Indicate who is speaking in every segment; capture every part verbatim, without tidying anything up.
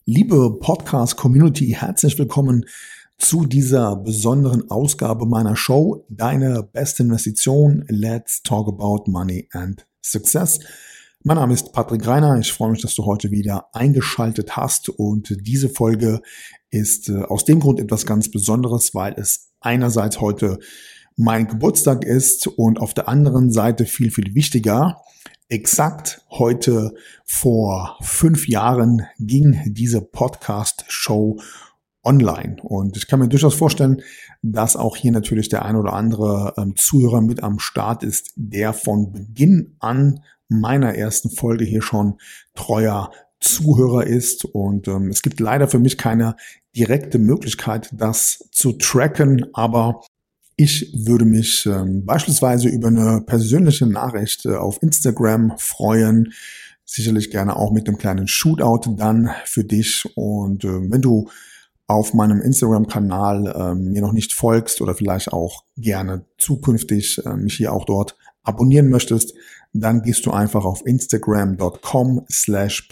Speaker 1: Liebe Podcast-Community, herzlich willkommen zu dieser besonderen Ausgabe meiner Show, Deine beste Investition. Let's talk about money and success. Mein Name ist Patrick Greiner. Ich freue mich, dass du heute wieder eingeschaltet hast. Und diese Folge ist äh, aus dem Grund etwas ganz Besonderes, weil es einerseits heute mein Geburtstag ist und auf der anderen Seite viel, viel wichtiger. Exakt heute vor fünf Jahren ging diese Podcast-Show online. Und ich kann mir durchaus vorstellen, dass auch hier natürlich der ein oder andere ähm, Zuhörer mit am Start ist, der von Beginn an meiner ersten Folge hier schon treuer Zuhörer ist. Und ähm, es gibt leider für mich keine direkte Möglichkeit, das zu tracken, aber ich würde mich ähm, beispielsweise über eine persönliche Nachricht äh, auf Instagram freuen, sicherlich gerne auch mit einem kleinen Shootout dann für dich. Und äh, wenn du auf meinem Instagram-Kanal äh, mir noch nicht folgst oder vielleicht auch gerne zukünftig äh, mich hier auch dort abonnieren möchtest, dann gehst du einfach auf instagram.com slash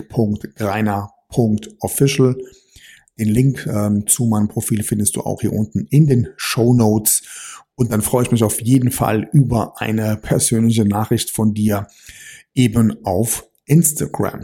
Speaker 1: patrick.greiner.official. Den Link ähm, zu meinem Profil findest du auch hier unten in den Shownotes. Und dann freue ich mich auf jeden Fall über eine persönliche Nachricht von dir eben auf Instagram.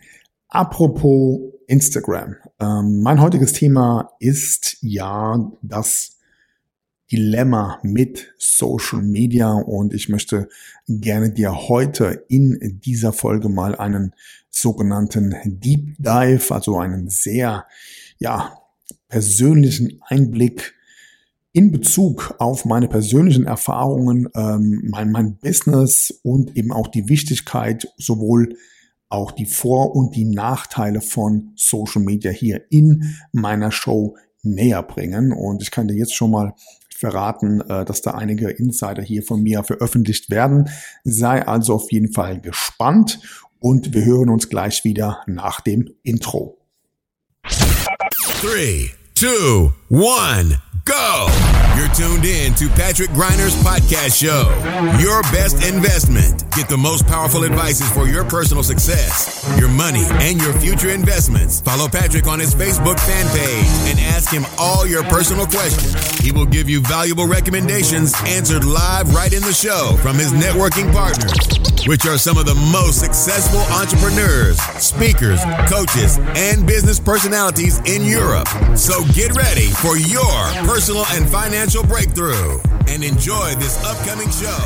Speaker 1: Apropos Instagram. Ähm, mein heutiges Thema ist ja das Dilemma mit Social Media. Und ich möchte gerne dir heute in dieser Folge mal einen sogenannten Deep Dive, also einen sehr ja, persönlichen Einblick in Bezug auf meine persönlichen Erfahrungen, ähm, mein, mein Business und eben auch die Wichtigkeit, sowohl auch die Vor- und die Nachteile von Social Media hier in meiner Show näher bringen. Und ich kann dir jetzt schon mal verraten, äh, dass da einige Insider hier von mir veröffentlicht werden. Sei also auf jeden Fall gespannt und wir hören uns gleich wieder nach dem Intro.
Speaker 2: Three, two, one, go! You're tuned in to Patrick Greiner's podcast show, Your Best Investment. Get the most powerful advices for your personal success, your money, and your future investments. Follow Patrick on his Facebook fan page and ask him all your personal questions. He will give you valuable recommendations answered live right in the show from his networking partners, which are some of the most successful entrepreneurs, speakers, coaches, and business personalities in Europe. So get ready for your personal and financial breakthrough and enjoy this upcoming show.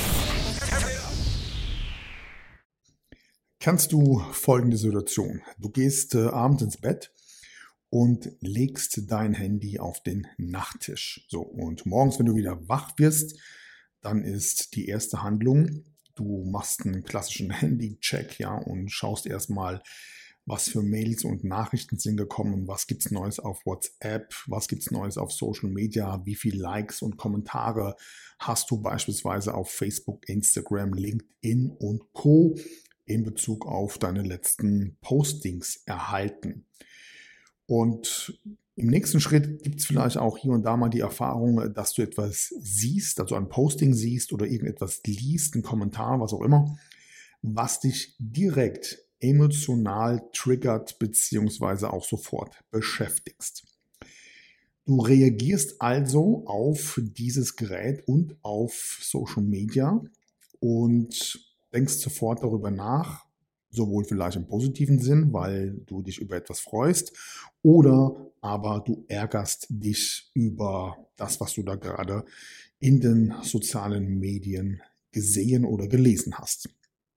Speaker 1: Kennst du folgende Situation? Du gehst äh, abends ins Bett und legst dein Handy auf den Nachttisch. So, und morgens, wenn du wieder wach wirst, dann ist die erste Handlung, du machst einen klassischen Handy-Check, ja, und schaust erstmal, was für Mails und Nachrichten sind gekommen, was gibt's Neues auf WhatsApp, was gibt's Neues auf Social Media, wie viele Likes und Kommentare hast du beispielsweise auf Facebook, Instagram, LinkedIn und Co. in Bezug auf deine letzten Postings erhalten. Und im nächsten Schritt gibt's vielleicht auch hier und da mal die Erfahrung, dass du etwas siehst, also ein Posting siehst oder irgendetwas liest, einen Kommentar, was auch immer, was dich direkt emotional triggert beziehungsweise auch sofort beschäftigst. Du reagierst also auf dieses Gerät und auf Social Media und denkst sofort darüber nach, sowohl vielleicht im positiven Sinn, weil du dich über etwas freust, oder aber du ärgerst dich über das, was du da gerade in den sozialen Medien gesehen oder gelesen hast.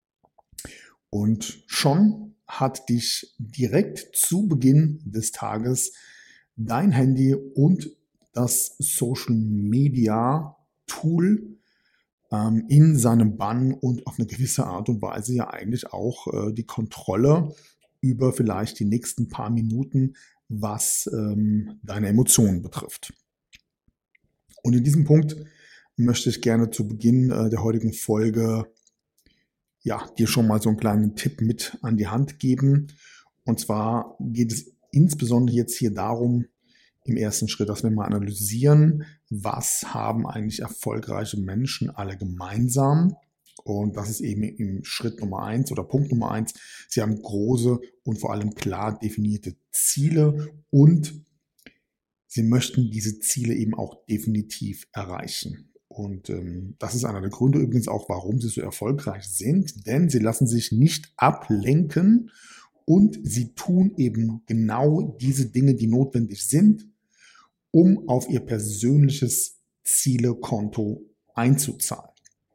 Speaker 1: Und schon hat dich direkt zu Beginn des Tages dein Handy und das Social Media Tool ähm, in seinem Bann und auf eine gewisse Art und Weise ja eigentlich auch äh, die Kontrolle über vielleicht die nächsten paar Minuten, was ähm, deine Emotionen betrifft. Und in diesem Punkt möchte ich gerne zu Beginn äh, der heutigen Folge ja, dir schon mal so einen kleinen Tipp mit an die Hand geben. Und zwar geht es insbesondere jetzt hier darum, im ersten Schritt, dass wir mal analysieren, was haben eigentlich erfolgreiche Menschen alle gemeinsam Und das ist eben im Schritt Nummer eins oder Punkt Nummer eins. Sie haben große und vor allem klar definierte Ziele und Sie möchten diese Ziele eben auch definitiv erreichen. Und ähm, das ist einer der Gründe übrigens auch, warum sie so erfolgreich sind, denn sie lassen sich nicht ablenken und sie tun eben genau diese Dinge, die notwendig sind, um auf ihr persönliches Zielekonto einzuzahlen.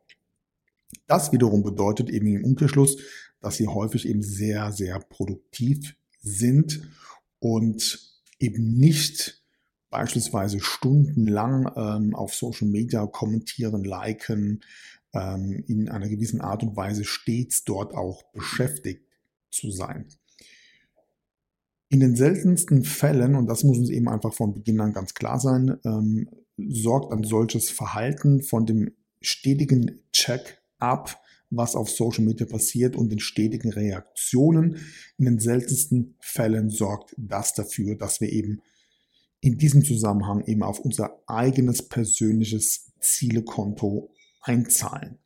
Speaker 1: Das wiederum bedeutet eben im Umkehrschluss, dass sie häufig eben sehr, sehr produktiv sind und eben nicht beispielsweise stundenlang ähm, auf Social Media kommentieren, liken, ähm, in einer gewissen Art und Weise stets dort auch beschäftigt zu sein. In den seltensten Fällen, und das muss uns eben einfach von Beginn an ganz klar sein, ähm, sorgt ein solches Verhalten von dem stetigen Check-up, was auf Social Media passiert und den stetigen Reaktionen. In den seltensten Fällen sorgt das dafür, dass wir eben in diesem Zusammenhang eben auf unser eigenes persönliches Zielekonto einzahlen.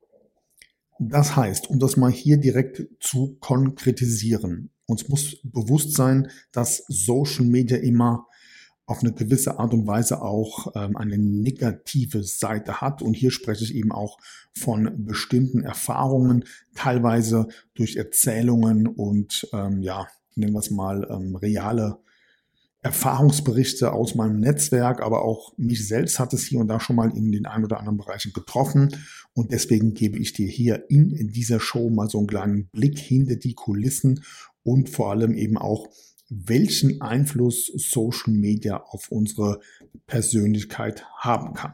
Speaker 1: Das heißt, um das mal hier direkt zu konkretisieren, uns muss bewusst sein, dass Social Media immer auf eine gewisse Art und Weise auch ähm, eine negative Seite hat. Und hier spreche ich eben auch von bestimmten Erfahrungen, teilweise durch Erzählungen und ähm, ja, nennen wir es mal ähm, reale Erfahrungsberichte aus meinem Netzwerk, aber auch mich selbst hat es hier und da schon mal in den ein oder anderen Bereichen getroffen. Und deswegen gebe ich dir hier in, in dieser Show mal so einen kleinen Blick hinter die Kulissen und vor allem eben auch, welchen Einfluss Social Media auf unsere Persönlichkeit haben kann.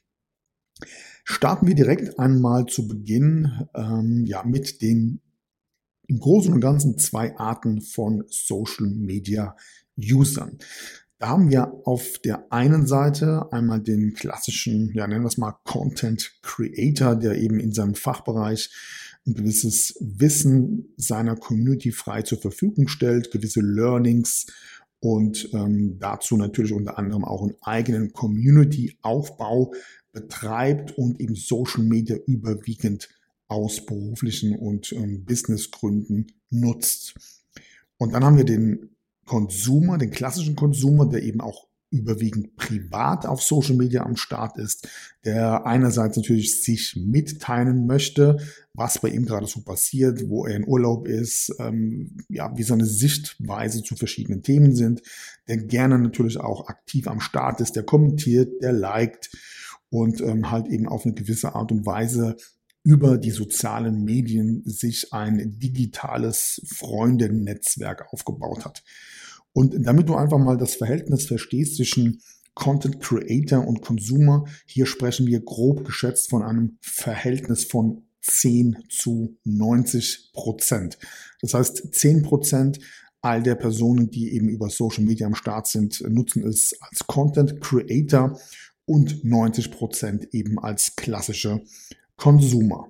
Speaker 1: Starten wir direkt einmal zu Beginn ähm, ja, mit den im Großen und Ganzen zwei Arten von Social Media Usern. Da haben wir auf der einen Seite einmal den klassischen, ja nennen wir es mal Content Creator, der eben in seinem Fachbereich ein gewisses Wissen seiner Community frei zur Verfügung stellt, gewisse Learnings und ähm, dazu natürlich unter anderem auch einen eigenen Community-Aufbau betreibt und eben Social Media überwiegend aus beruflichen und ähm, Businessgründen nutzt. Und dann haben wir den Consumer, den klassischen Consumer, der eben auch überwiegend privat auf Social Media am Start ist, der einerseits natürlich sich mitteilen möchte, was bei ihm gerade so passiert, wo er in Urlaub ist, ähm, ja, wie seine Sichtweise zu verschiedenen Themen sind, der gerne natürlich auch aktiv am Start ist, der kommentiert, der liked und ähm, halt eben auf eine gewisse Art und Weise über die sozialen Medien sich ein digitales Freundennetzwerk aufgebaut hat. Und damit du einfach mal das Verhältnis verstehst zwischen Content Creator und Consumer, hier sprechen wir grob geschätzt von einem Verhältnis von zehn zu neunzig Prozent. Das heißt, zehn Prozent all der Personen, die eben über Social Media am Start sind, nutzen es als Content Creator und neunzig Prozent eben als klassische Consumer.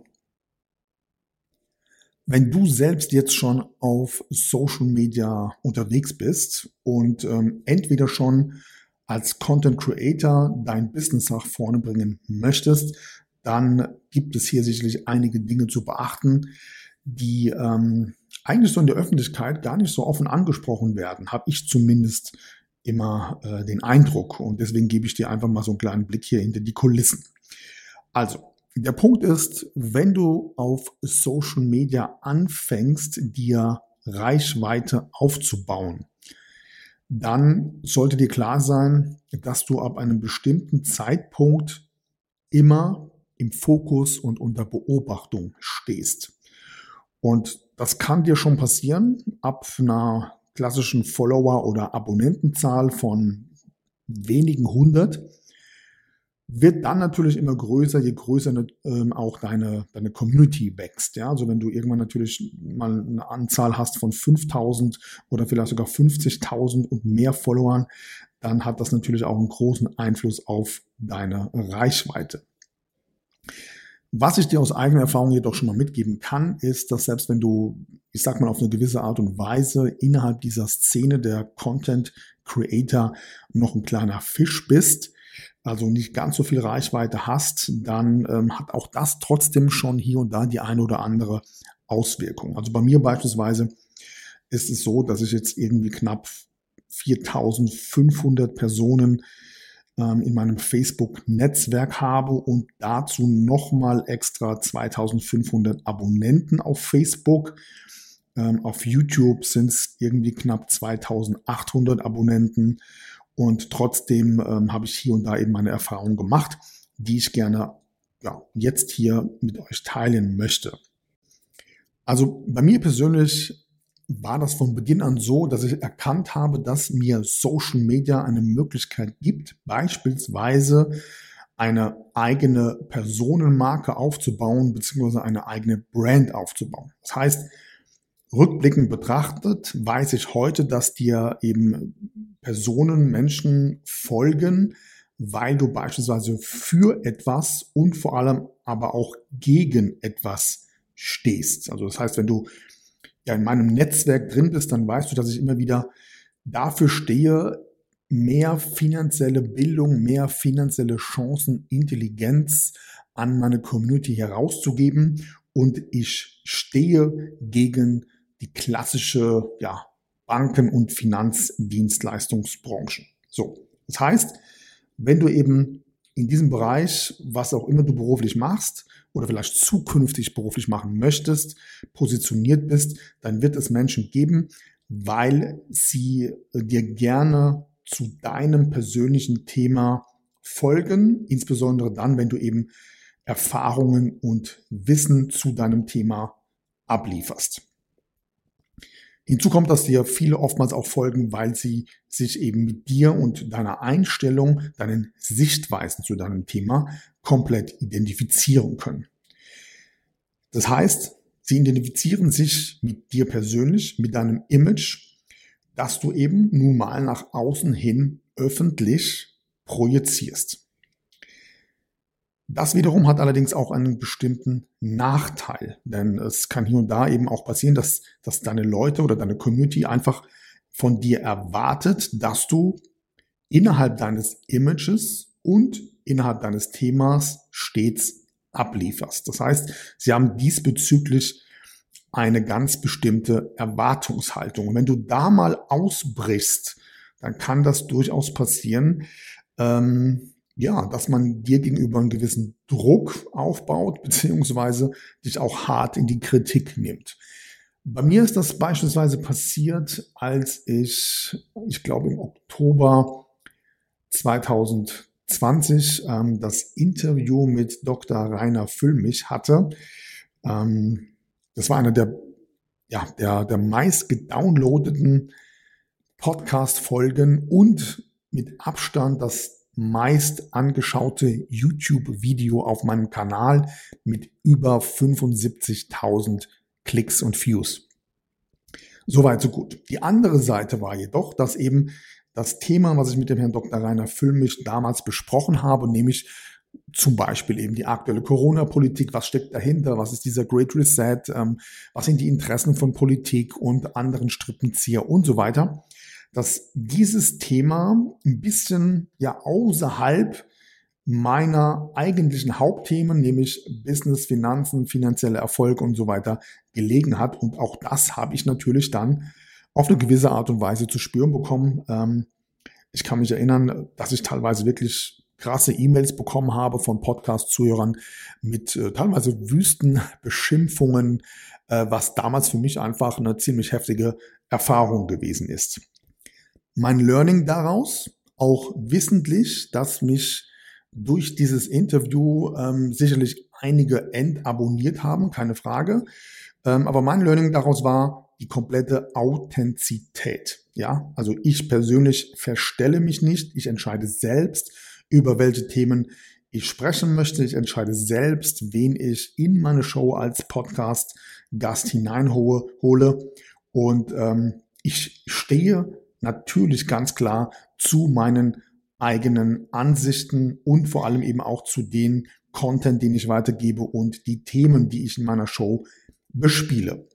Speaker 1: Wenn du selbst jetzt schon auf Social Media unterwegs bist und ähm, entweder schon als Content Creator dein Business nach vorne bringen möchtest, dann gibt es hier sicherlich einige Dinge zu beachten, die ähm, eigentlich so in der Öffentlichkeit gar nicht so offen angesprochen werden, habe ich zumindest immer äh, den Eindruck. Und deswegen gebe ich dir einfach mal so einen kleinen Blick hier hinter die Kulissen. Also, der Punkt ist, wenn du auf Social Media anfängst, dir Reichweite aufzubauen, dann sollte dir klar sein, dass du ab einem bestimmten Zeitpunkt immer im Fokus und unter Beobachtung stehst. Und das kann dir schon passieren ab einer klassischen Follower- oder Abonnentenzahl von wenigen hundert. Wird dann natürlich immer größer, je größer ähm, auch deine, deine Community wächst. Ja? Also wenn du irgendwann natürlich mal eine Anzahl hast von fünftausend oder vielleicht sogar fünfzigtausend und mehr Followern, dann hat das natürlich auch einen großen Einfluss auf deine Reichweite. Was ich dir aus eigener Erfahrung jedoch schon mal mitgeben kann, ist, dass selbst wenn du, ich sag mal, auf eine gewisse Art und Weise innerhalb dieser Szene der Content Creator noch ein kleiner Fisch bist, also nicht ganz so viel Reichweite hast, dann ähm, hat auch das trotzdem schon hier und da die eine oder andere Auswirkung. Also bei mir beispielsweise ist es so, dass ich jetzt irgendwie knapp viertausendfünfhundert Personen ähm, in meinem Facebook-Netzwerk habe und dazu nochmal extra zweitausendfünfhundert Abonnenten auf Facebook. Ähm, auf YouTube sind es irgendwie knapp zweitausendachthundert Abonnenten und trotzdem ähm, habe ich hier und da eben meine Erfahrungen gemacht, die ich gerne ja, jetzt hier mit euch teilen möchte. Also bei mir persönlich war das von Beginn an so, dass ich erkannt habe, dass mir Social Media eine Möglichkeit gibt, beispielsweise eine eigene Personenmarke aufzubauen, beziehungsweise eine eigene Brand aufzubauen. Das heißt, rückblickend betrachtet weiß ich heute, dass dir eben Personen, Menschen folgen, weil du beispielsweise für etwas und vor allem aber auch gegen etwas stehst. Also das heißt, wenn du ja in meinem Netzwerk drin bist, dann weißt du, dass ich immer wieder dafür stehe, mehr finanzielle Bildung, mehr finanzielle Chancen, Intelligenz an meine Community herauszugeben. Und ich stehe gegen die klassische ja, Banken- und Finanzdienstleistungsbranche. So, das heißt, wenn du eben in diesem Bereich, was auch immer du beruflich machst oder vielleicht zukünftig beruflich machen möchtest, positioniert bist, dann wird es Menschen geben, weil sie dir gerne zu deinem persönlichen Thema folgen, insbesondere dann, wenn du eben Erfahrungen und Wissen zu deinem Thema ablieferst. Hinzu kommt, dass dir viele oftmals auch folgen, weil sie sich eben mit dir und deiner Einstellung, deinen Sichtweisen zu deinem Thema komplett identifizieren können. Das heißt, sie identifizieren sich mit dir persönlich, mit deinem Image, das du eben nun mal nach außen hin öffentlich projizierst. Das wiederum hat allerdings auch einen bestimmten Nachteil, denn es kann hier und da eben auch passieren, dass, dass deine Leute oder deine Community einfach von dir erwartet, dass du innerhalb deines Images und innerhalb deines Themas stets ablieferst. Das heißt, sie haben diesbezüglich eine ganz bestimmte Erwartungshaltung. Und wenn du da mal ausbrichst, dann kann das durchaus passieren, ähm, ja, dass man dir gegenüber einen gewissen Druck aufbaut, beziehungsweise dich auch hart in die Kritik nimmt. Bei mir ist das beispielsweise passiert, als ich, ich glaube im Oktober zweitausendzwanzig ähm, das Interview mit Doktor Rainer Füllmich hatte. Ähm, das war einer der, ja, der, der meist gedownloadeten Podcast-Folgen und mit Abstand das meist angeschaute YouTube-Video auf meinem Kanal mit über fünfundsiebzigtausend Klicks und Views. Soweit, so gut. Die andere Seite war jedoch, dass eben das Thema, was ich mit dem Herrn Doktor Rainer Füllmich damals besprochen habe, nämlich zum Beispiel eben die aktuelle Corona-Politik, was steckt dahinter, was ist dieser Great Reset, ähm, was sind die Interessen von Politik und anderen Strippenzieher und so weiter, dass dieses Thema ein bisschen ja außerhalb meiner eigentlichen Hauptthemen, nämlich Business, Finanzen, finanzieller Erfolg und so weiter, gelegen hat. Und auch das habe ich natürlich dann auf eine gewisse Art und Weise zu spüren bekommen. Ähm, ich kann mich erinnern, dass ich teilweise wirklich krasse E-Mails bekommen habe von Podcast-Zuhörern mit äh, teilweise wüsten Beschimpfungen, äh, was damals für mich einfach eine ziemlich heftige Erfahrung gewesen ist. Mein Learning daraus, auch wissentlich, dass mich durch dieses Interview ähm, sicherlich einige entabonniert haben, keine Frage. Ähm, aber mein Learning daraus war die komplette Authentizität. Ja, also ich persönlich verstelle mich nicht. Ich entscheide selbst, über welche Themen ich sprechen möchte. Ich entscheide selbst, wen ich in meine Show als Podcast-Gast hineinhole. Und ähm, ich stehe natürlich ganz klar zu meinen eigenen Ansichten und vor allem eben auch zu den Content, den ich weitergebe und die Themen, die ich in meiner Show bespiele.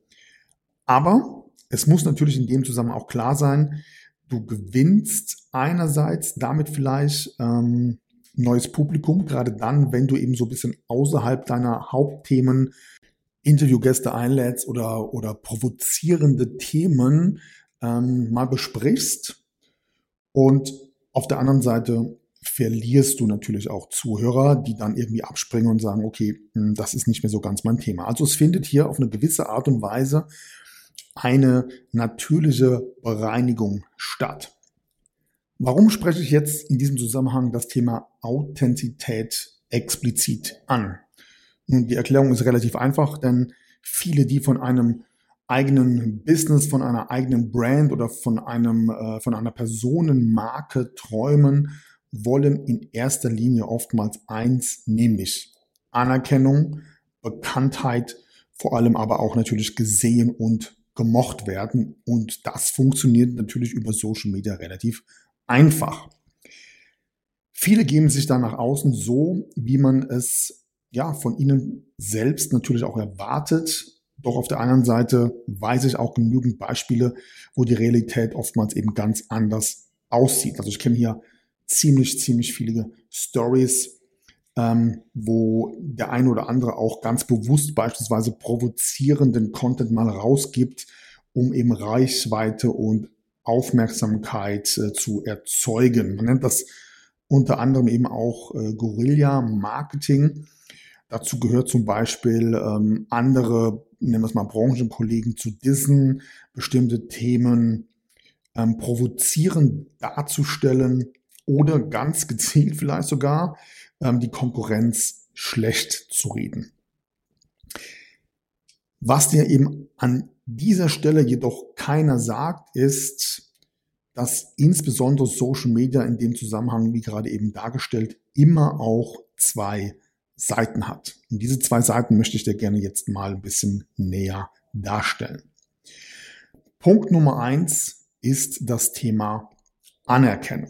Speaker 1: Aber es muss natürlich in dem Zusammenhang auch klar sein, du gewinnst einerseits damit vielleicht ähm, neues Publikum, gerade dann, wenn du eben so ein bisschen außerhalb deiner Hauptthemen Interviewgäste einlädst oder, oder provozierende Themen ähm, mal besprichst. Und auf der anderen Seite verlierst du natürlich auch Zuhörer, die dann irgendwie abspringen und sagen, okay, das ist nicht mehr so ganz mein Thema. Also es findet hier auf eine gewisse Art und Weise eine natürliche Bereinigung statt. Warum spreche ich jetzt in diesem Zusammenhang das Thema Authentizität explizit an? Nun, die Erklärung ist relativ einfach, denn viele, die von einem eigenen Business, von einer eigenen Brand oder von einem, äh, von einer Personenmarke träumen, wollen in erster Linie oftmals eins, nämlich Anerkennung, Bekanntheit, vor allem aber auch natürlich gesehen und gemocht werden. Und das funktioniert natürlich über Social Media relativ einfach. Viele geben sich dann nach außen so, wie man es ja von ihnen selbst natürlich auch erwartet. Doch auf der anderen Seite weiß ich auch genügend Beispiele, wo die Realität oftmals eben ganz anders aussieht. Also ich kenne hier ziemlich, ziemlich viele Stories, ähm, wo der eine oder andere auch ganz bewusst beispielsweise provozierenden Content mal rausgibt, um eben Reichweite und Aufmerksamkeit äh, zu erzeugen. Man nennt das unter anderem eben auch äh, Guerilla-Marketing. Dazu gehört zum Beispiel ähm, andere, nennen wir es mal Branchenkollegen, zu dissen, bestimmte Themen ähm, provozierend darzustellen oder ganz gezielt vielleicht sogar ähm, die Konkurrenz schlecht zu reden. Was dir eben an dieser Stelle jedoch keiner sagt, ist, dass insbesondere Social Media in dem Zusammenhang, wie gerade eben dargestellt, immer auch zwei Seiten hat. Und diese zwei Seiten möchte ich dir gerne jetzt mal ein bisschen näher darstellen. Punkt Nummer eins ist das Thema Anerkennung.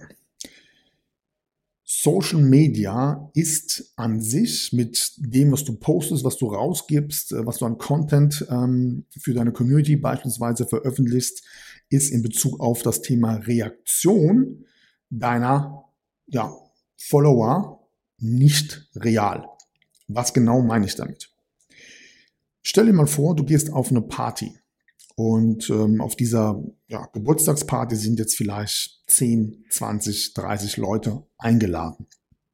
Speaker 1: Social Media ist an sich mit dem, was du postest, was du rausgibst, was du an Content ähm, für deine Community beispielsweise veröffentlichst, ist in Bezug auf das Thema Reaktion deiner ja, Follower nicht real. Was genau meine ich damit? Stell dir mal vor, du gehst auf eine Party und ähm, auf dieser ja, Geburtstagsparty sind jetzt vielleicht zehn, zwanzig, dreißig Leute eingeladen.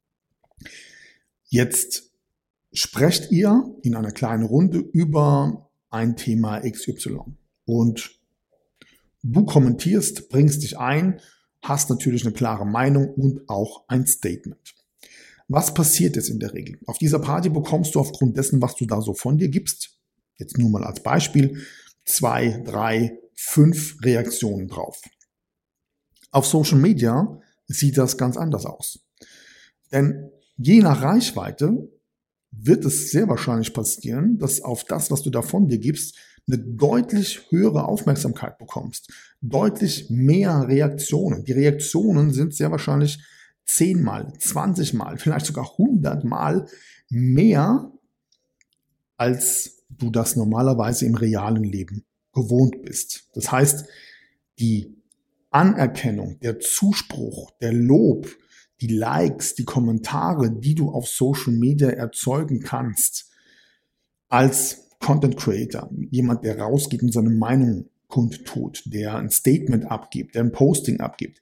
Speaker 1: Jetzt sprecht ihr in einer kleinen Runde über ein Thema X Y und du kommentierst, bringst dich ein, hast natürlich eine klare Meinung und auch ein Statement. Was passiert jetzt in der Regel? Auf dieser Party bekommst du aufgrund dessen, was du da so von dir gibst, jetzt nur mal als Beispiel, zwei, drei, fünf Reaktionen drauf. Auf Social Media sieht das ganz anders aus. Denn je nach Reichweite wird es sehr wahrscheinlich passieren, dass auf das, was du da von dir gibst, eine deutlich höhere Aufmerksamkeit bekommst. Deutlich mehr Reaktionen. Die Reaktionen sind sehr wahrscheinlich zehnmal, zwanzigmal, vielleicht sogar hundertmal mehr, als du das normalerweise im realen Leben gewohnt bist. Das heißt, die Anerkennung, der Zuspruch, der Lob, die Likes, die Kommentare, die du auf Social Media erzeugen kannst, als Content Creator, jemand, der rausgeht und seine Meinung kundtut, der ein Statement abgibt, der ein Posting abgibt.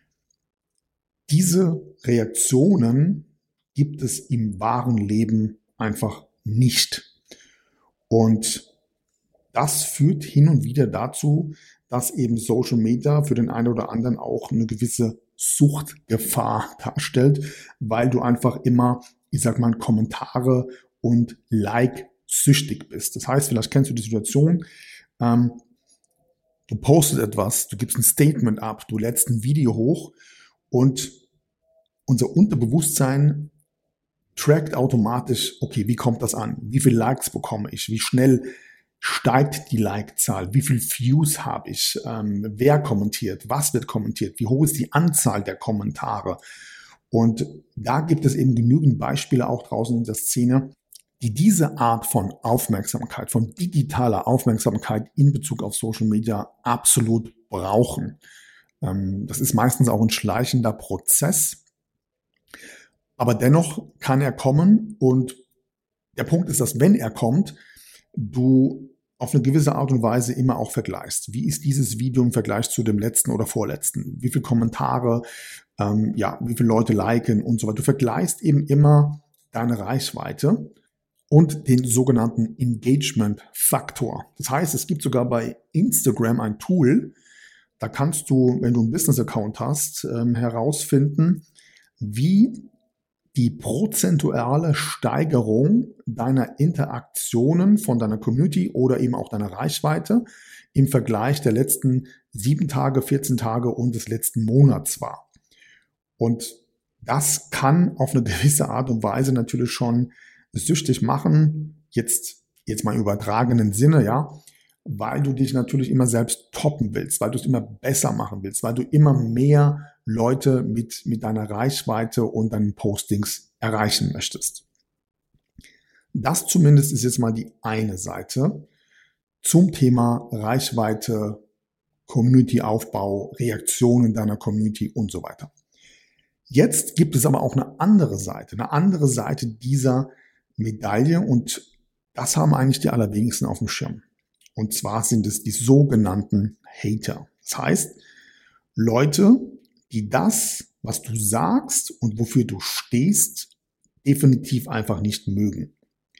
Speaker 1: Diese Reaktionen gibt es im wahren Leben einfach nicht. Und das führt hin und wieder dazu, dass eben Social Media für den einen oder anderen auch eine gewisse Suchtgefahr darstellt, weil du einfach immer, ich sag mal, Kommentare und Like süchtig bist. Das heißt, vielleicht kennst du die Situation, ähm, du postest etwas, du gibst ein Statement ab, du lädst ein Video hoch und unser Unterbewusstsein trackt automatisch, okay, wie kommt das an? Wie viele Likes bekomme ich? Wie schnell steigt die Like-Zahl? Wie viele Views habe ich? Ähm, wer kommentiert? Was wird kommentiert? Wie hoch ist die Anzahl der Kommentare? Und da gibt es eben genügend Beispiele auch draußen in der Szene, die diese Art von Aufmerksamkeit, von digitaler Aufmerksamkeit in Bezug auf Social Media absolut brauchen. Ähm, das ist meistens auch ein schleichender Prozess. Aber dennoch kann er kommen und der Punkt ist, dass wenn er kommt, du auf eine gewisse Art und Weise immer auch vergleichst. Wie ist dieses Video im Vergleich zu dem letzten oder vorletzten? Wie viele Kommentare, ähm, ja, wie viele Leute liken und so weiter. Du vergleichst eben immer deine Reichweite und den sogenannten Engagement-Faktor. Das heißt, es gibt sogar bei Instagram ein Tool, da kannst du, wenn du einen Business-Account hast, ähm, herausfinden, wie die prozentuale Steigerung deiner Interaktionen von deiner Community oder eben auch deiner Reichweite im Vergleich der letzten sieben Tage, vierzehn Tage und des letzten Monats war. Und das kann auf eine gewisse Art und Weise natürlich schon süchtig machen, jetzt, jetzt mal im übertragenen Sinne, ja, weil du dich natürlich immer selbst toppen willst, weil du es immer besser machen willst, weil du immer mehr Leute mit, mit deiner Reichweite und deinen Postings erreichen möchtest. Das zumindest ist jetzt mal die eine Seite zum Thema Reichweite, Community-Aufbau, Reaktionen deiner Community und so weiter. Jetzt gibt es aber auch eine andere Seite, eine andere Seite dieser Medaille und das haben eigentlich die allerwenigsten auf dem Schirm. Und zwar sind es die sogenannten Hater. Das heißt, Leute, die das, was du sagst und wofür du stehst, definitiv einfach nicht mögen.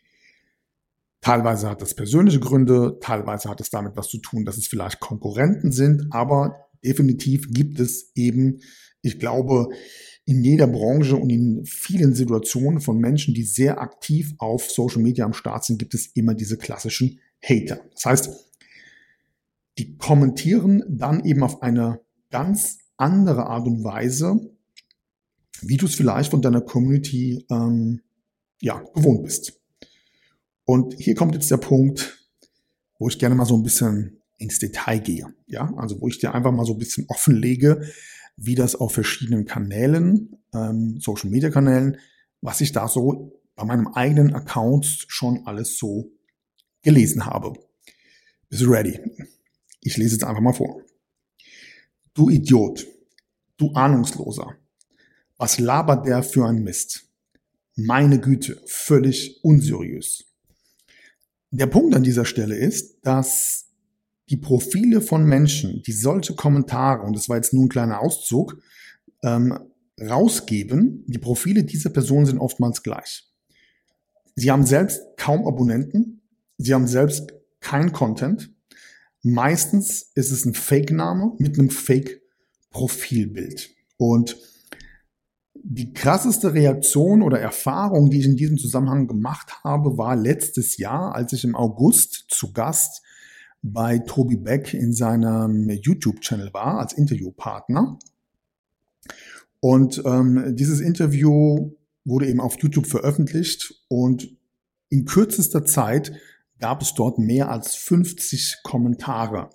Speaker 1: Teilweise hat das persönliche Gründe, teilweise hat es damit was zu tun, dass es vielleicht Konkurrenten sind, aber definitiv gibt es eben, ich glaube, in jeder Branche und in vielen Situationen von Menschen, die sehr aktiv auf Social Media am Start sind, gibt es immer diese klassischen Hater. Das heißt, die kommentieren dann eben auf eine ganz andere Art und Weise, wie du es vielleicht von deiner Community ähm, ja, gewohnt bist. Und hier kommt jetzt der Punkt, wo ich gerne mal so ein bisschen ins Detail gehe. Ja, also wo ich dir einfach mal so ein bisschen offenlege, wie das auf verschiedenen Kanälen, ähm, Social Media Kanälen, was ich da so bei meinem eigenen Account schon alles so gelesen habe. Bist du ready? Ich lese jetzt einfach mal vor. Du Idiot, du Ahnungsloser, was labert der für ein Mist? Meine Güte, völlig unseriös. Der Punkt an dieser Stelle ist, dass die Profile von Menschen, die solche Kommentare, und das war jetzt nur ein kleiner Auszug, ähm, rausgeben, die Profile dieser Personen sind oftmals gleich. Sie haben selbst kaum Abonnenten, sie haben selbst kein Content. Meistens ist es ein Fake-Name mit einem Fake-Profilbild. Und die krasseste Reaktion oder Erfahrung, die ich in diesem Zusammenhang gemacht habe, war letztes Jahr, als ich im August zu Gast bei Tobi Beck in seinem YouTube-Channel war, als Interviewpartner. Und ähm, dieses Interview wurde eben auf YouTube veröffentlicht und in kürzester Zeit gab es dort mehr als fünfzig Kommentare.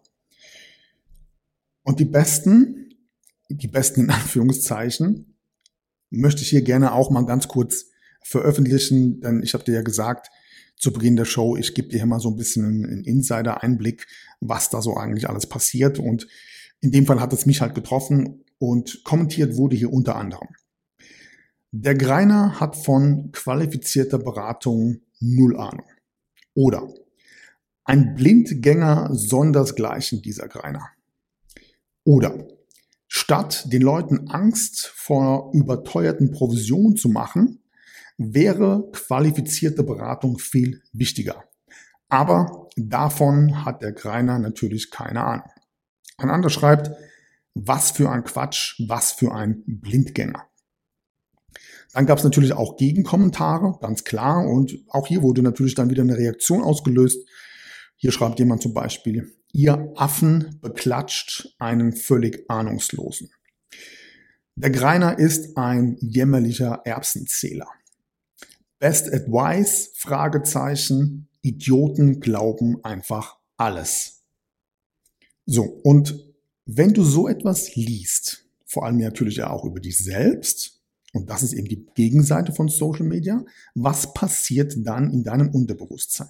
Speaker 1: Und die besten, die besten in Anführungszeichen, möchte ich hier gerne auch mal ganz kurz veröffentlichen, denn ich habe dir ja gesagt, zu Beginn der Show, ich gebe dir hier mal so ein bisschen einen Insider-Einblick, was da so eigentlich alles passiert. Und in dem Fall hat es mich halt getroffen und kommentiert wurde hier unter anderem: Der Greiner hat von qualifizierter Beratung null Ahnung. Oder ein Blindgänger sondersgleichen, dieser Greiner. Oder statt den Leuten Angst vor überteuerten Provisionen zu machen, wäre qualifizierte Beratung viel wichtiger. Aber davon hat der Greiner natürlich keine Ahnung. Ein anderer schreibt, was für ein Quatsch, was für ein Blindgänger. Dann gab es natürlich auch Gegenkommentare, ganz klar. Und auch hier wurde natürlich dann wieder eine Reaktion ausgelöst. Hier schreibt jemand zum Beispiel, ihr Affen beklatscht einen völlig Ahnungslosen. Der Greiner ist ein jämmerlicher Erbsenzähler. Best advice, Fragezeichen, Idioten glauben einfach alles. So, und wenn du so etwas liest, vor allem natürlich ja auch über dich selbst, und das ist eben die Gegenseite von Social Media, was passiert dann in deinem Unterbewusstsein?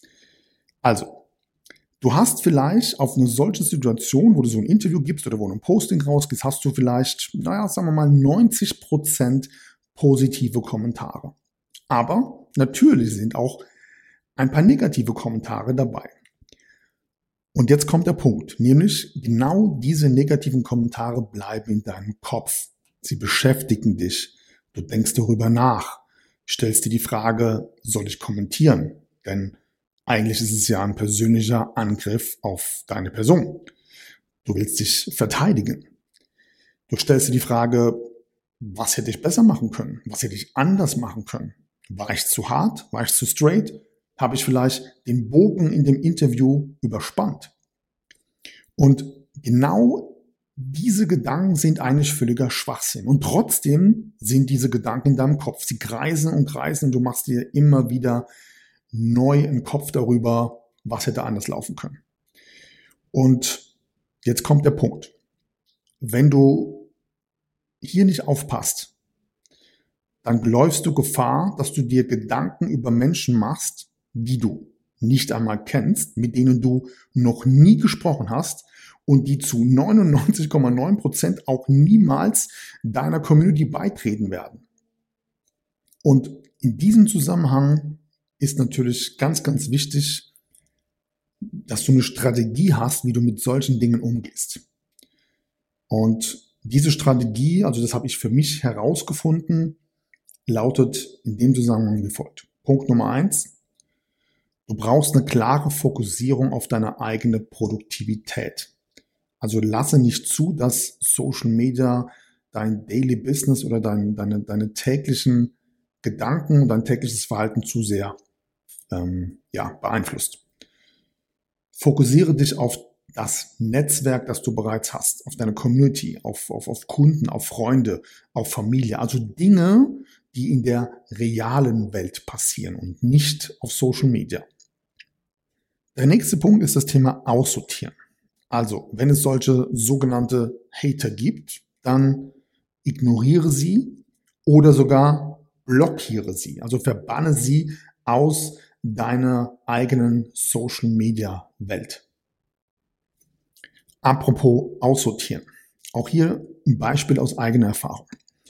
Speaker 1: Also, du hast vielleicht auf eine solche Situation, wo du so ein Interview gibst oder wo du ein Posting rausgibst, hast du vielleicht, naja, sagen wir mal neunzig Prozent positive Kommentare. Aber natürlich sind auch ein paar negative Kommentare dabei. Und jetzt kommt der Punkt, nämlich genau diese negativen Kommentare bleiben in deinem Kopf. Sie beschäftigen dich. Du denkst darüber nach, stellst dir die Frage, soll ich kommentieren? Denn eigentlich ist es ja ein persönlicher Angriff auf deine Person. Du willst dich verteidigen. Du stellst dir die Frage, was hätte ich besser machen können? Was hätte ich anders machen können? War ich zu hart? War ich zu straight? Habe ich vielleicht den Bogen in dem Interview überspannt? Und genau diese Gedanken sind eigentlich völliger Schwachsinn. Und trotzdem sind diese Gedanken in deinem Kopf. Sie kreisen und kreisen und du machst dir immer wieder neu im Kopf darüber, was hätte anders laufen können. Und jetzt kommt der Punkt. Wenn du hier nicht aufpasst, dann läufst du Gefahr, dass du dir Gedanken über Menschen machst, die du nicht einmal kennst, mit denen du noch nie gesprochen hast und die zu neunundneunzig Komma neun Prozent auch niemals deiner Community beitreten werden. Und in diesem Zusammenhang ist natürlich ganz, ganz wichtig, dass du eine Strategie hast, wie du mit solchen Dingen umgehst. Und diese Strategie, also das habe ich für mich herausgefunden, lautet in dem Zusammenhang wie folgt. Punkt Nummer eins. Du brauchst eine klare Fokussierung auf deine eigene Produktivität. Also lasse nicht zu, dass Social Media dein Daily Business oder dein, deine, deine täglichen Gedanken und dein tägliches Verhalten zu sehr ähm, ja, beeinflusst. Fokussiere dich auf das Netzwerk, das du bereits hast, auf deine Community, auf, auf, auf Kunden, auf Freunde, auf Familie. Also Dinge, die in der realen Welt passieren und nicht auf Social Media. Der nächste Punkt ist das Thema Aussortieren. Also, wenn es solche sogenannte Hater gibt, dann ignoriere sie oder sogar blockiere sie. Also verbanne sie aus deiner eigenen Social Media Welt. Apropos Aussortieren. Auch hier ein Beispiel aus eigener Erfahrung.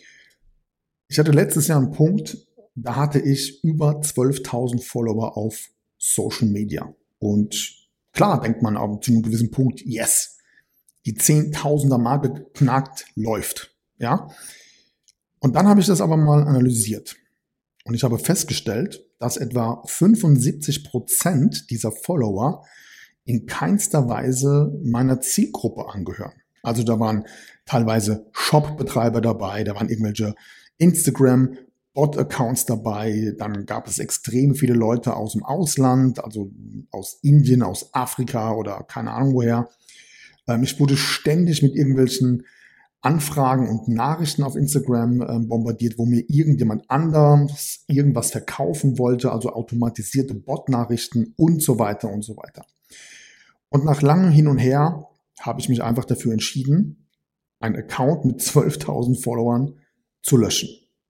Speaker 1: Ich hatte letztes Jahr einen Punkt, da hatte ich über zwölftausend Follower auf Social Media. Und klar denkt man auch zu einem gewissen Punkt, yes, die zehntausender Marke geknackt, läuft. Ja? Und dann habe ich das aber mal analysiert. Und ich habe festgestellt, dass etwa fünfundsiebzig Prozent dieser Follower in keinster Weise meiner Zielgruppe angehören. Also da waren teilweise Shop-Betreiber dabei, da waren irgendwelche Instagram-Bot-Accounts dabei, dann gab es extrem viele Leute aus dem Ausland, also aus Indien, aus Afrika oder keine Ahnung woher. Ich wurde ständig mit irgendwelchen Anfragen und Nachrichten auf Instagram äh, bombardiert, wo mir irgendjemand anderes irgendwas verkaufen wollte, also automatisierte Bot-Nachrichten und so weiter und so weiter. Und nach langem Hin und Her habe ich mich einfach dafür entschieden, einen Account mit zwölftausend Followern zu löschen.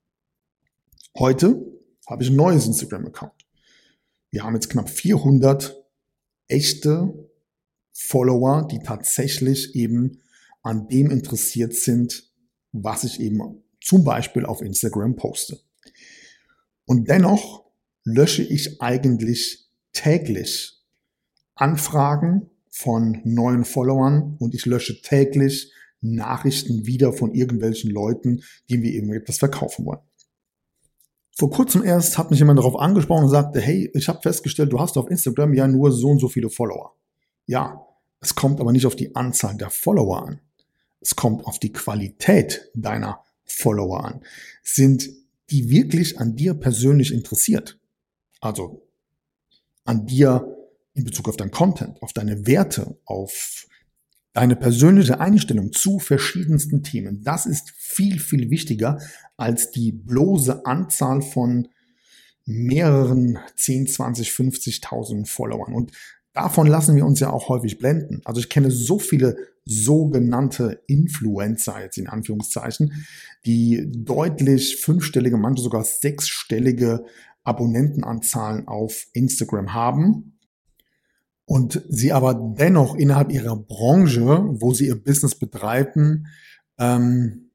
Speaker 1: Heute habe ich ein neues Instagram-Account. Wir haben jetzt knapp vierhundert echte Follower, die tatsächlich eben an dem interessiert sind, was ich eben zum Beispiel auf Instagram poste. Und dennoch lösche ich eigentlich täglich Anfragen von neuen Followern und ich lösche täglich Nachrichten wieder von irgendwelchen Leuten, die mir irgendetwas verkaufen wollen. Vor kurzem erst hat mich jemand darauf angesprochen und sagte, hey, ich habe festgestellt, du hast auf Instagram ja nur so und so viele Follower. Ja, es kommt aber nicht auf die Anzahl der Follower an. Es kommt auf die Qualität deiner Follower an. Sind die wirklich an dir persönlich interessiert? Also an dir in Bezug auf dein Content, auf deine Werte, auf deine persönliche Einstellung zu verschiedensten Themen. Das ist viel, viel wichtiger als die bloße Anzahl von mehreren zehn, zwanzig, fünfzigtausend Followern. Und davon lassen wir uns ja auch häufig blenden. Also ich kenne so viele sogenannte Influencer, jetzt in Anführungszeichen, die deutlich fünfstellige, manche sogar sechsstellige Abonnentenanzahlen auf Instagram haben und sie aber dennoch innerhalb ihrer Branche, wo sie ihr Business betreiben, ähm,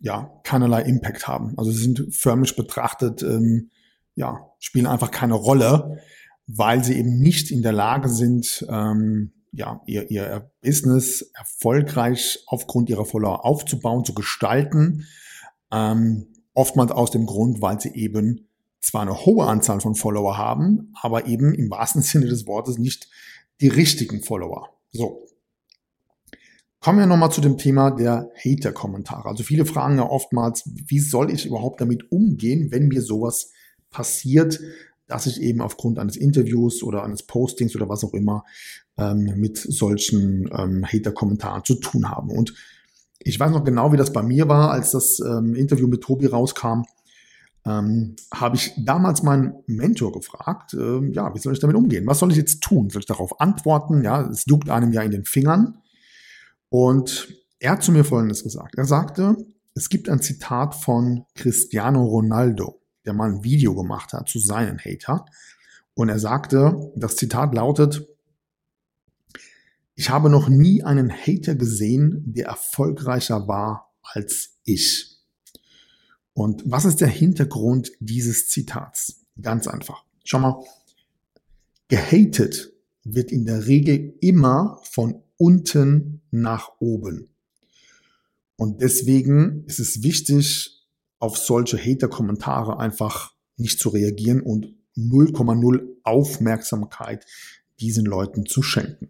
Speaker 1: ja, keinerlei Impact haben. Also sie sind förmlich betrachtet, ähm, ja, spielen einfach keine Rolle, weil sie eben nicht in der Lage sind, ähm, ja, ihr, ihr Business erfolgreich aufgrund ihrer Follower aufzubauen, zu gestalten. Ähm, oftmals aus dem Grund, weil sie eben zwar eine hohe Anzahl von Follower haben, aber eben im wahrsten Sinne des Wortes nicht die richtigen Follower. So. Kommen wir nochmal zu dem Thema der Hater-Kommentare. Also viele fragen ja oftmals, wie soll ich überhaupt damit umgehen, wenn mir sowas passiert, dass ich eben aufgrund eines Interviews oder eines Postings oder was auch immer ähm, mit solchen ähm, Hater-Kommentaren zu tun habe. Und ich weiß noch genau, wie das bei mir war, als das ähm, Interview mit Tobi rauskam. Ähm, habe ich damals meinen Mentor gefragt, äh, ja, wie soll ich damit umgehen? Was soll ich jetzt tun? Soll ich darauf antworten? Ja, es juckt einem ja in den Fingern. Und er hat zu mir Folgendes gesagt. Er sagte, es gibt ein Zitat von Cristiano Ronaldo, der mal ein Video gemacht hat zu seinen Hater. Und er sagte, das Zitat lautet, ich habe noch nie einen Hater gesehen, der erfolgreicher war als ich. Und was ist der Hintergrund dieses Zitats? Ganz einfach. Schau mal, gehatet wird in der Regel immer von unten nach oben. Und deswegen ist es wichtig, auf solche Hater-Kommentare einfach nicht zu reagieren und null Komma null Aufmerksamkeit diesen Leuten zu schenken.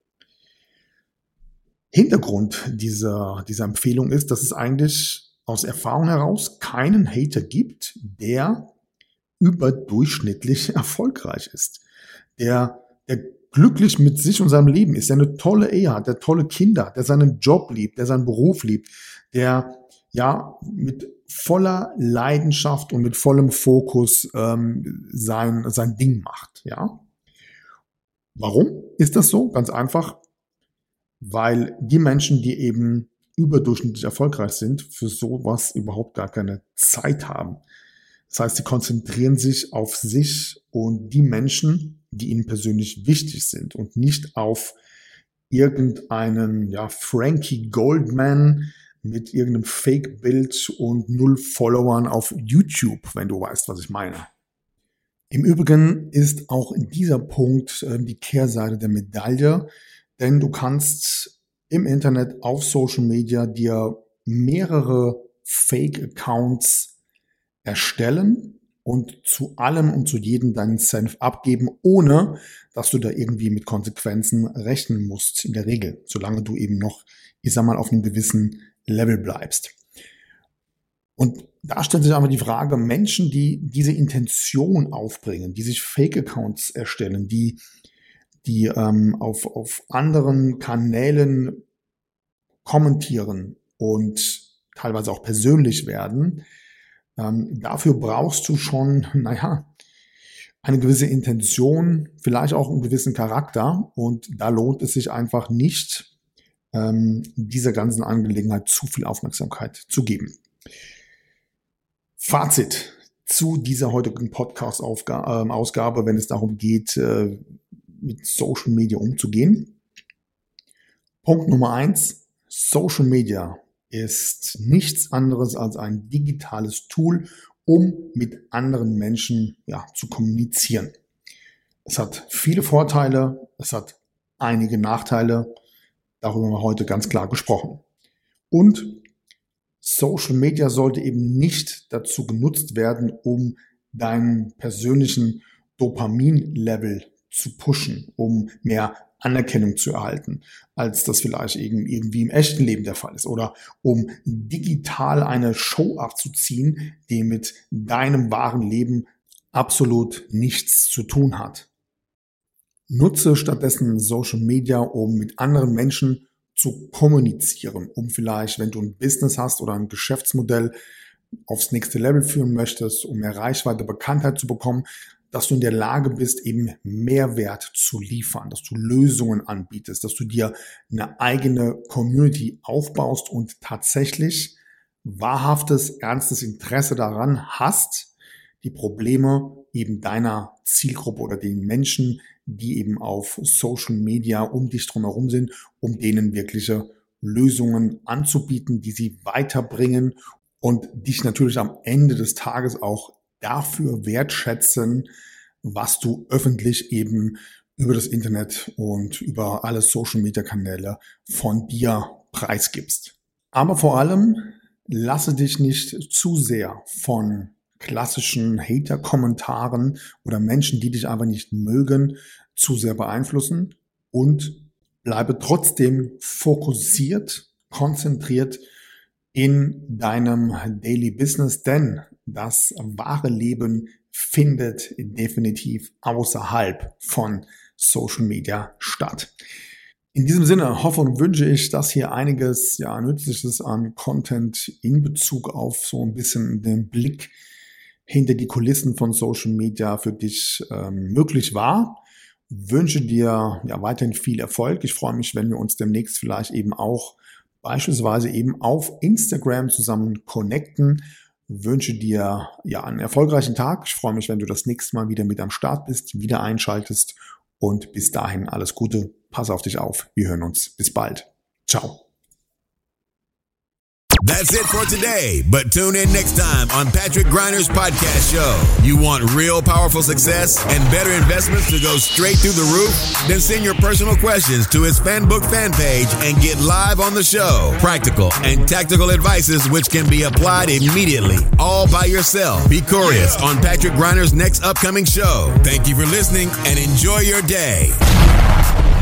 Speaker 1: Hintergrund dieser, dieser Empfehlung ist, dass es eigentlich aus Erfahrung heraus keinen Hater gibt, der überdurchschnittlich erfolgreich ist, der, der glücklich mit sich und seinem Leben ist, der eine tolle Ehe hat, der tolle Kinder hat, der seinen Job liebt, der seinen Beruf liebt, der ja mit voller Leidenschaft und mit vollem Fokus ähm, sein, sein Ding macht. Ja? Warum ist das so? Ganz einfach, weil die Menschen, die eben überdurchschnittlich erfolgreich sind, für sowas überhaupt gar keine Zeit haben. Das heißt, sie konzentrieren sich auf sich und die Menschen, die ihnen persönlich wichtig sind und nicht auf irgendeinen ja, Frankie Goldman mit irgendeinem Fake-Bild und null Followern auf YouTube, wenn du weißt, was ich meine. Im Übrigen ist auch dieser Punkt äh, die Kehrseite der Medaille, denn du kannst im Internet auf Social Media dir mehrere Fake-Accounts erstellen und zu allem und zu jedem deinen Senf abgeben, ohne dass du da irgendwie mit Konsequenzen rechnen musst, in der Regel, solange du eben noch, ich sag mal, auf einem gewissen Level bleibst. Und da stellt sich aber die Frage, Menschen, die diese Intention aufbringen, die sich Fake-Accounts erstellen, die die ähm, auf, auf anderen Kanälen kommentieren und teilweise auch persönlich werden, ähm, dafür brauchst du schon, naja, eine gewisse Intention, vielleicht auch einen gewissen Charakter, und da lohnt es sich einfach nicht, ähm, dieser ganzen Angelegenheit zu viel Aufmerksamkeit zu geben. Fazit zu dieser heutigen Podcast-Ausgabe, wenn es darum geht, äh, mit Social Media umzugehen. Punkt Nummer eins, Social Media ist nichts anderes als ein digitales Tool, um mit anderen Menschen ja, zu kommunizieren. Es hat viele Vorteile, es hat einige Nachteile, darüber haben wir heute ganz klar gesprochen. Und Social Media sollte eben nicht dazu genutzt werden, um deinen persönlichen Dopamin-Level zu pushen, um mehr Anerkennung zu erhalten, als das vielleicht irgendwie im echten Leben der Fall ist, oder um digital eine Show abzuziehen, die mit deinem wahren Leben absolut nichts zu tun hat. Nutze stattdessen Social Media, um mit anderen Menschen zu kommunizieren, um vielleicht, wenn du ein Business hast oder ein Geschäftsmodell aufs nächste Level führen möchtest, um mehr Reichweite, Bekanntheit zu bekommen, dass du in der Lage bist, eben Mehrwert zu liefern, dass du Lösungen anbietest, dass du dir eine eigene Community aufbaust und tatsächlich wahrhaftes, ernstes Interesse daran hast, die Probleme eben deiner Zielgruppe oder den Menschen, die eben auf Social Media um dich drumherum sind, um denen wirkliche Lösungen anzubieten, die sie weiterbringen und dich natürlich am Ende des Tages auch dafür wertschätzen, was du öffentlich eben über das Internet und über alle Social-Media-Kanäle von dir preisgibst. Aber vor allem lasse dich nicht zu sehr von klassischen Hater-Kommentaren oder Menschen, die dich einfach nicht mögen, zu sehr beeinflussen und bleibe trotzdem fokussiert, konzentriert in deinem Daily Business, denn das wahre Leben findet definitiv außerhalb von Social Media statt. In diesem Sinne hoffe und wünsche ich, dass hier einiges ja Nützliches an Content in Bezug auf so ein bisschen den Blick hinter die Kulissen von Social Media für dich ähm, möglich war. Wünsche dir ja weiterhin viel Erfolg. Ich freue mich, wenn wir uns demnächst vielleicht eben auch beispielsweise eben auf Instagram zusammen connecten. Wünsche dir ja einen erfolgreichen Tag. Ich freue mich, wenn du das nächste Mal wieder mit am Start bist, wieder einschaltest und bis dahin alles Gute. Pass auf dich auf. Wir hören uns. Bis bald. Ciao.
Speaker 2: That's it for today, but tune in next time on Patrick Griner's podcast show. You want real powerful success and better investments to go straight through the roof? Then send your personal questions to his FanBook fan page and get live on the show. Practical and tactical advices which can be applied immediately, all by yourself. Be curious on Patrick Griner's next upcoming show. Thank you for listening and enjoy your day.